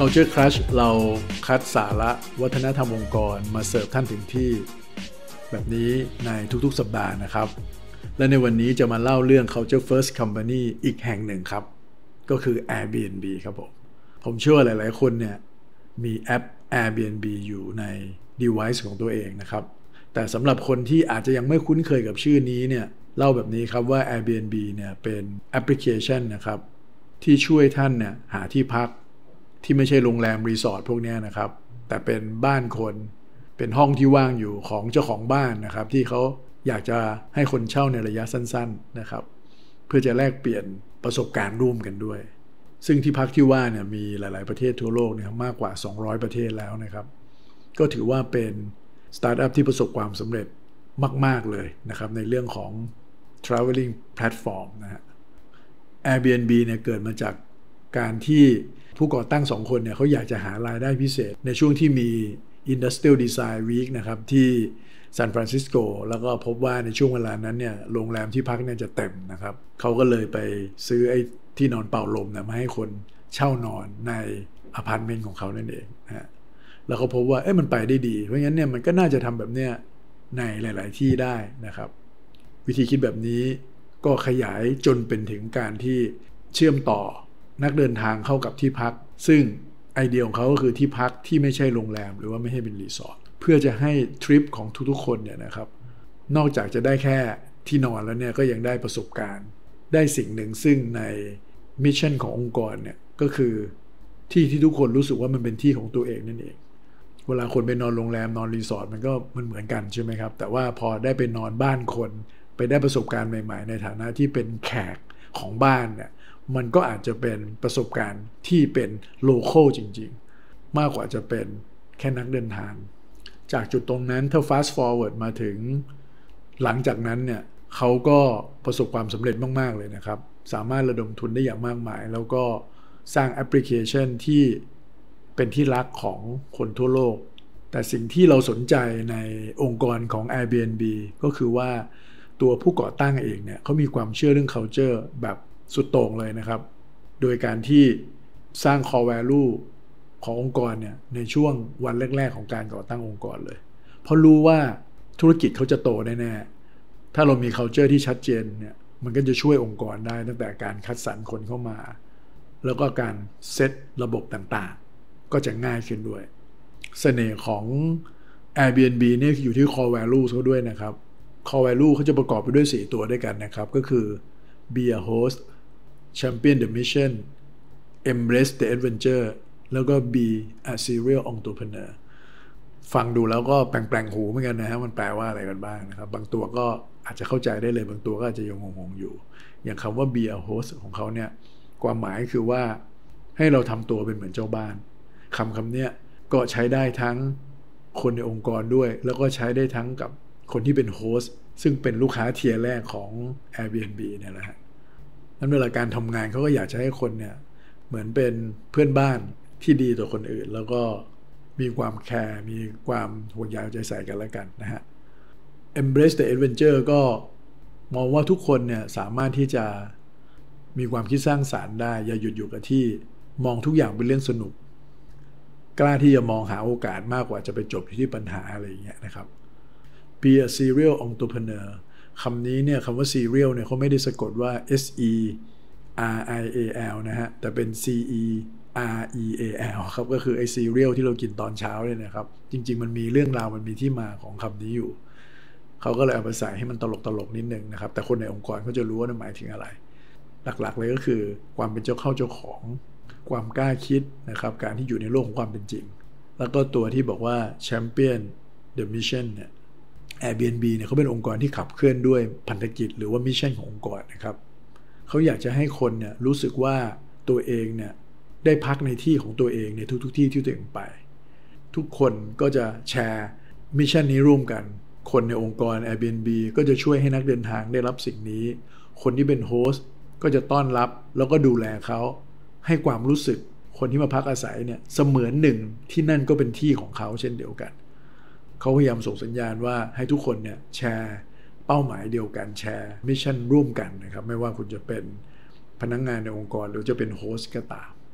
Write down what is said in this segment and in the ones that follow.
Culture Crush เราคัดสาระวัฒนธรรมองค์กรมาเสิร์ฟท่านถึงที่แบบนี้ในทุกๆสัปดาห์นะครับและในวันนี้จะมาเล่าเรื่อง Culture First Company อีกแห่งหนึ่งครับก็คือ Airbnb ครับผมเชื่อว่าหลายๆคนเนี่ยมีแอป Airbnb อยู่ใน device ของตัวเองนะครับแต่สำหรับคนที่อาจจะยังไม่คุ้นเคยกับชื่อนี้เนี่ยเล่าแบบนี้ครับว่า Airbnb เนี่ยเป็นแอปพลิเคชันนะครับที่ช่วยท่านเนี่ยหาที่พักที่ไม่ใช่โรงแรมรีสอร์ทพวกนี้นะครับแต่เป็นบ้านคนเป็นห้องที่ว่างอยู่ของเจ้าของบ้านนะครับที่เขาอยากจะให้คนเช่าในระยะสั้นๆนะครับเพื่อจะแลกเปลี่ยนประสบการณ์ร่วมกันด้วยซึ่งที่พักที่ว่าเนี่ยมีหลายๆประเทศทั่วโลกเนี่ยมากกว่า200ประเทศแล้วนะครับก็ถือว่าเป็นสตาร์ทอัพที่ประสบความสำเร็จมากๆเลยนะครับในเรื่องของ traveling platform นะฮะ Airbnb เนี่ยเกิดมาจากการที่ผู้ก่อตั้ง2คนเนี่ยเขาอยากจะหารายได้พิเศษในช่วงที่มี Industrial Design Week นะครับที่ซานฟรานซิสโกแล้วก็พบว่าในช่วงเวลานั้นเนี่ยโรงแรมที่พักเนี่ยจะเต็มนะครับเขาก็เลยไปซื้อไอ้ที่นอนเป่าลมเนี่ยมาให้คนเช่านอนในอพาร์ตเมนต์ของเขานั่นเองนะฮะแล้วเขาพบว่ามันไปได้ดีเพราะงั้นเนี่ยมันก็น่าจะทำแบบเนี้ยในหลายๆที่ได้นะครับวิธีคิดแบบนี้ก็ขยายจนเป็นถึงการที่เชื่อมต่อนักเดินทางเข้ากับที่พักซึ่งไอเดียของเขาก็คือที่พักที่ไม่ใช่โรงแรมหรือว่าไม่ใช่เป็นรีสอร์ทเพื่อจะให้ทริปของทุกๆคนเนี่ยนะครับนอกจากจะได้แค่ที่นอนแล้วเนี่ยก็ยังได้ประสบการณ์ได้สิ่งหนึ่งซึ่งในมิชชั่นขององค์กรเนี่ยก็คือที่ทุกคนรู้สึกว่ามันเป็นที่ของตัวเองนั่นเองเวลาคนไปนอนโรงแรมนอนรีสอร์ทมันเหมือนกันใช่ไหมครับแต่ว่าพอได้ไปนอนบ้านคนไปได้ประสบการณ์ใหม่ๆในฐานะที่เป็นแขกของบ้านเนี่ยมันก็อาจจะเป็นประสบการณ์ที่เป็นโลคอลจริงๆมากกว่าจะเป็นแค่นักเดินทางจากจุดตรงนั้นถ้า fast forward มาถึงหลังจากนั้นเนี่ยเขาก็ประสบความสำเร็จมากๆเลยนะครับสามารถระดมทุนได้อย่างมากมายแล้วก็สร้างแอปพลิเคชันที่เป็นที่รักของคนทั่วโลกแต่สิ่งที่เราสนใจในองค์กรของ Airbnb ก็คือว่าตัวผู้ก่อตั้งเองเนี่ยเขามีความเชื่อเรื่อง culture แบบสุดโต่งเลยนะครับโดยการที่สร้าง core value ขององค์กรเนี่ยในช่วงวันแรกๆของการก่อตั้งองค์กรเลยเพราะรู้ว่าธุรกิจเขาจะโตแน่ๆถ้าเรามี culture ที่ชัดเจนเนี่ยมันก็จะช่วยองค์กรได้ตั้งแต่การคัดสรรคนเข้ามาแล้วก็การเซตระบบต่างๆก็จะง่ายขึ้นด้วยเสน่ห์ของ Airbnb เนี่ยอยู่ที่ core value เขาด้วยนะครับ core value เขาจะประกอบไปด้วย4ตัวด้วยกันนะครับก็คือ be a host champion the mission embrace the adventure แล้วก็ be a serial entrepreneur ฟังดูแล้วก็แปลงหูเหมือนกันนะฮะมันแปลว่าอะไรกันบ้างนะครับบางตัวก็อาจจะเข้าใจได้เลยบางตัวก็อาจจะยังงงๆอยู่อย่างคำว่า be a host ของเขาเนี่ยความหมายคือว่าให้เราทำตัวเป็นเหมือนเจ้าบ้านคำเนี้ยก็ใช้ได้ทั้งคนในองค์กรด้วยแล้วก็ใช้ได้ทั้งกับคนที่เป็นโฮสต์ซึ่งเป็นลูกค้าเทียร์แรกของ Airbnb เนี่ยแหละฮะนั้นเวลาการทำงานเขาก็อยากจะให้คนเนี่ยเหมือนเป็นเพื่อนบ้านที่ดีต่อคนอื่นแล้วก็มีความแคร์มีความห่วงใยใจใส่กันและกันนะฮะ Embrace the adventure ก็มองว่าทุกคนเนี่ยสามารถที่จะมีความคิดสร้างสรรค์ได้อย่าหยุดอยู่กับที่มองทุกอย่างเป็นเรื่องสนุกกล้าที่จะมองหาโอกาสมากกว่าจะไปจบที่ปัญหาอะไรอย่างเงี้ยนะครับ be a serial entrepreneur คำนี้เนี่ยคำว่า serial เนี่ยเขาไม่ได้สะกดว่า S E R I A L นะฮะแต่เป็น C E R E A L ครับก็คือไอ้ cereal ที่เรากินตอนเช้าเนี่ยนะครับจริงๆมันมีเรื่องราวมันมีที่มาของคำนี้อยู่เขาก็เลยเอาไปใส่ให้มันตลกนิดนึงนะครับแต่คนในองค์กรเขาจะรู้ว่ามันหมายถึงอะไรหลักๆเลยก็คือความเป็นเจ้าของความกล้าคิดนะครับการที่อยู่ในโลกของความเป็นจริงแล้วก็ตัวที่บอกว่า champion the mission เนี่ย Airbnb เนี่ยเขาเป็นองค์กรที่ขับเคลื่อนด้วยพันธกิจหรือว่ามิชชั่นขององค์กรนะครับเขาอยากจะให้คนเนี่ยรู้สึกว่าตัวเองเนี่ยได้พักในที่ของตัวเองในทุกที่ที่ตัวเองไปทุกคนก็จะแชร์มิชชั่นนี้ร่วมกันคนในองค์กร Airbnb ก็จะช่วยให้นักเดินทางได้รับสิ่งนี้คนที่เป็นโฮสต์ก็จะต้อนรับแล้วก็ดูแลเขาให้ความรู้สึกคนที่มาพักอาศัยเนี่ยเสมือนหนึ่งที่นั่นก็เป็นที่ของเขาเช่นเดียวกันเขาพยายามส่งสัญญาณว่าให้ทุกคนเนี่ยแชร์เป้าหมายเดียวกันแชร์มิชชั่นร่วมกันนะครับไม่ว่าคุณจะเป็นพนักงานในองค์กรหรือจะเป็นโฮสต์ก็ตาม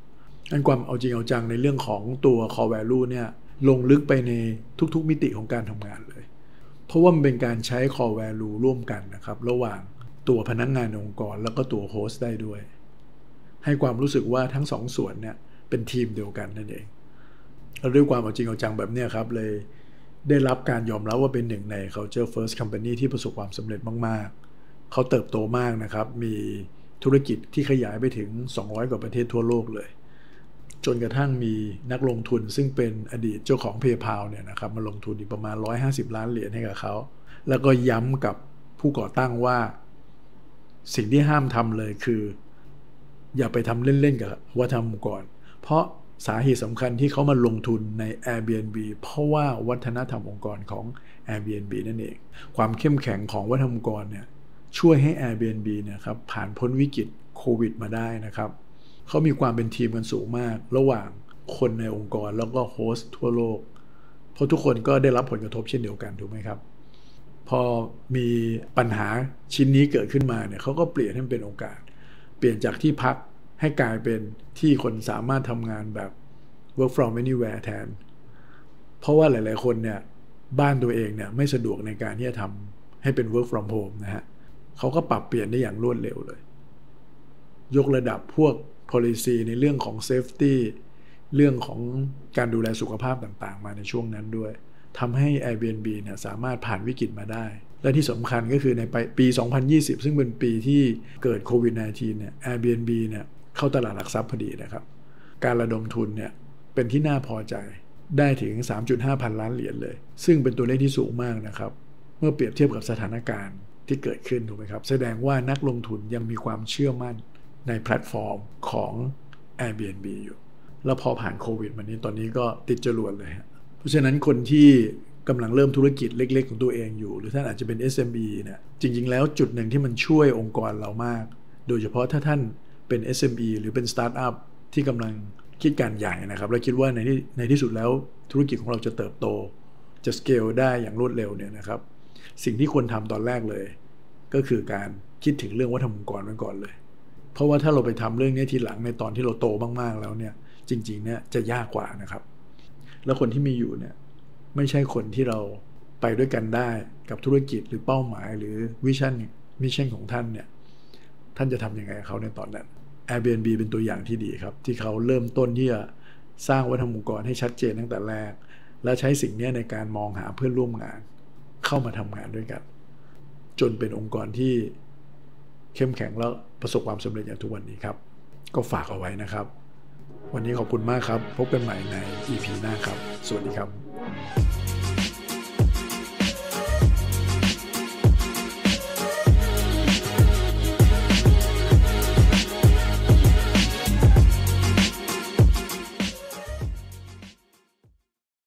อันความเอาจริงเอาจังในเรื่องของตัว core value เนี่ยลงลึกไปในทุกๆมิติของการทำงานเลยเพราะว่ามันเป็นการใช้ core value ร่วมกันนะครับระหว่างตัวพนักงานองค์กรแล้วก็ตัวโฮสต์ได้ด้วยให้ความรู้สึกว่าทั้งสองส่วนเนี่ยเป็นทีมเดียวกันนั่นเองแล้วด้วยความเอาจริงเอาจังแบบนี้ครับเลยได้รับการยอมรับว่าเป็นหนึ่งใน Culture First Company ที่ประสบความสำเร็จมากๆเขาเติบโตมากนะครับมีธุรกิจที่ขยายไปถึง200กว่าประเทศทั่วโลกเลยจนกระทั่งมีนักลงทุนซึ่งเป็นอดีตเจ้าของ PayPal เนี่ยนะครับมาลงทุนอีกประมาณ150ล้านเหรียญให้กับเขาแล้วก็ย้ำกับผู้ก่อตั้งว่าสิ่งที่ห้ามทำเลยคืออย่าไปทำเล่นๆกับวัฒนธรรมองค์กรเพราะสาเหตุสำคัญที่เขามาลงทุนใน Airbnb เพราะว่าวัฒนธรรมองค์กรของ Airbnb นั่นเองความเข้มแข็งของวัฒนธรรมองค์กรเนี่ยช่วยให้ Airbnb เนี่ยครับผ่านพ้นวิกฤตโควิดมาได้นะครับเขามีความเป็นทีมกันสูงมากระหว่างคนในองค์กรแล้วก็โฮสต์ทั่วโลกเพราะทุกคนก็ได้รับผลกระทบเช่นเดียวกันถูกไหมครับพอมีปัญหาชิ้นนี้เกิดขึ้นมาเนี่ยเขาก็เปลี่ยนให้มันเป็นโอกาสเปลี่ยนจากที่พักให้กลายเป็นที่คนสามารถทำงานแบบ work from anywhere แทนเพราะว่าหลายๆคนเนี่ยบ้านตัวเองเนี่ยไม่สะดวกในการที่จะทำให้เป็น work from home นะฮะเขาก็ปรับเปลี่ยนได้อย่างรวดเร็วเลยยกระดับพวก policy ในเรื่องของ safety เรื่องของการดูแลสุขภาพต่างๆมาในช่วงนั้นด้วยทำให้ Airbnb เนี่ยสามารถผ่านวิกฤตมาได้และที่สำคัญก็คือในปี 2020 ซึ่งเป็นปีที่เกิดโควิด -19 เนี่ย Airbnb เนี่ยเข้าตลาดหลักทรัพย์พอดีนะครับการระดมทุนเนี่ยเป็นที่น่าพอใจได้ถึง 3.5 พันล้านเหรียญเลยซึ่งเป็นตัวเลขที่สูงมากนะครับเมื่อเปรียบเทียบกับสถานการณ์ที่เกิดขึ้นถูกไหมครับแสดงว่านักลงทุนยังมีความเชื่อมั่นในแพลตฟอร์มของ Airbnb อยู่แล้วพอผ่านโควิดมานี้ตอนนี้ก็ติดจรวดเลยเพราะฉะนั้นคนที่กำลังเริ่มธุรกิจเล็กๆของตัวเองอยู่หรือท่านอาจจะเป็น SME เนี่ยจริงๆแล้วจุดหนึ่งที่มันช่วยองค์กรเรามากโดยเฉพาะถ้าท่านเป็น SME หรือเป็นสตาร์ทอัพที่กำลังคิดการใหญ่นะครับและคิดว่าในที่สุดแล้วธุรกิจของเราจะเติบโตจะสเกลได้อย่างรวดเร็วเนี่ยนะครับสิ่งที่ควรทำตอนแรกเลยก็คือการคิดถึงเรื่องวัฒนธรรมองค์กรไว้ก่อนเลยเพราะว่าถ้าเราไปทำเรื่องนี้ทีหลังในตอนที่เราโตมากๆแล้วเนี่ยจริงๆเนี่ยจะยากกว่านะครับแล้วคนที่มีอยู่เนี่ยไม่ใช่คนที่เราไปด้วยกันได้กับธุรกิจหรือเป้าหมายหรือวิชั่นมิชชั่นของท่านเนี่ยท่านจะทำยังไงกับเขาในตอนนั้น Airbnb เป็นตัวอย่างที่ดีครับที่เขาเริ่มต้นที่จะสร้างวัฒนธรรมองค์กรให้ชัดเจนตั้งแต่แรกและใช้สิ่งนี้ในการมองหาเพื่อนร่วมงานเข้ามาทำงานด้วยกันจนเป็นองค์กรที่เข้มแข็งแล้วประสบความสำเร็จอย่างทุกวันนี้ครับก็ฝากเอาไว้นะครับวันนี้ขอบคุณมากครับพบกันใหม่ใน EP หน้าครับสวัสดีครับ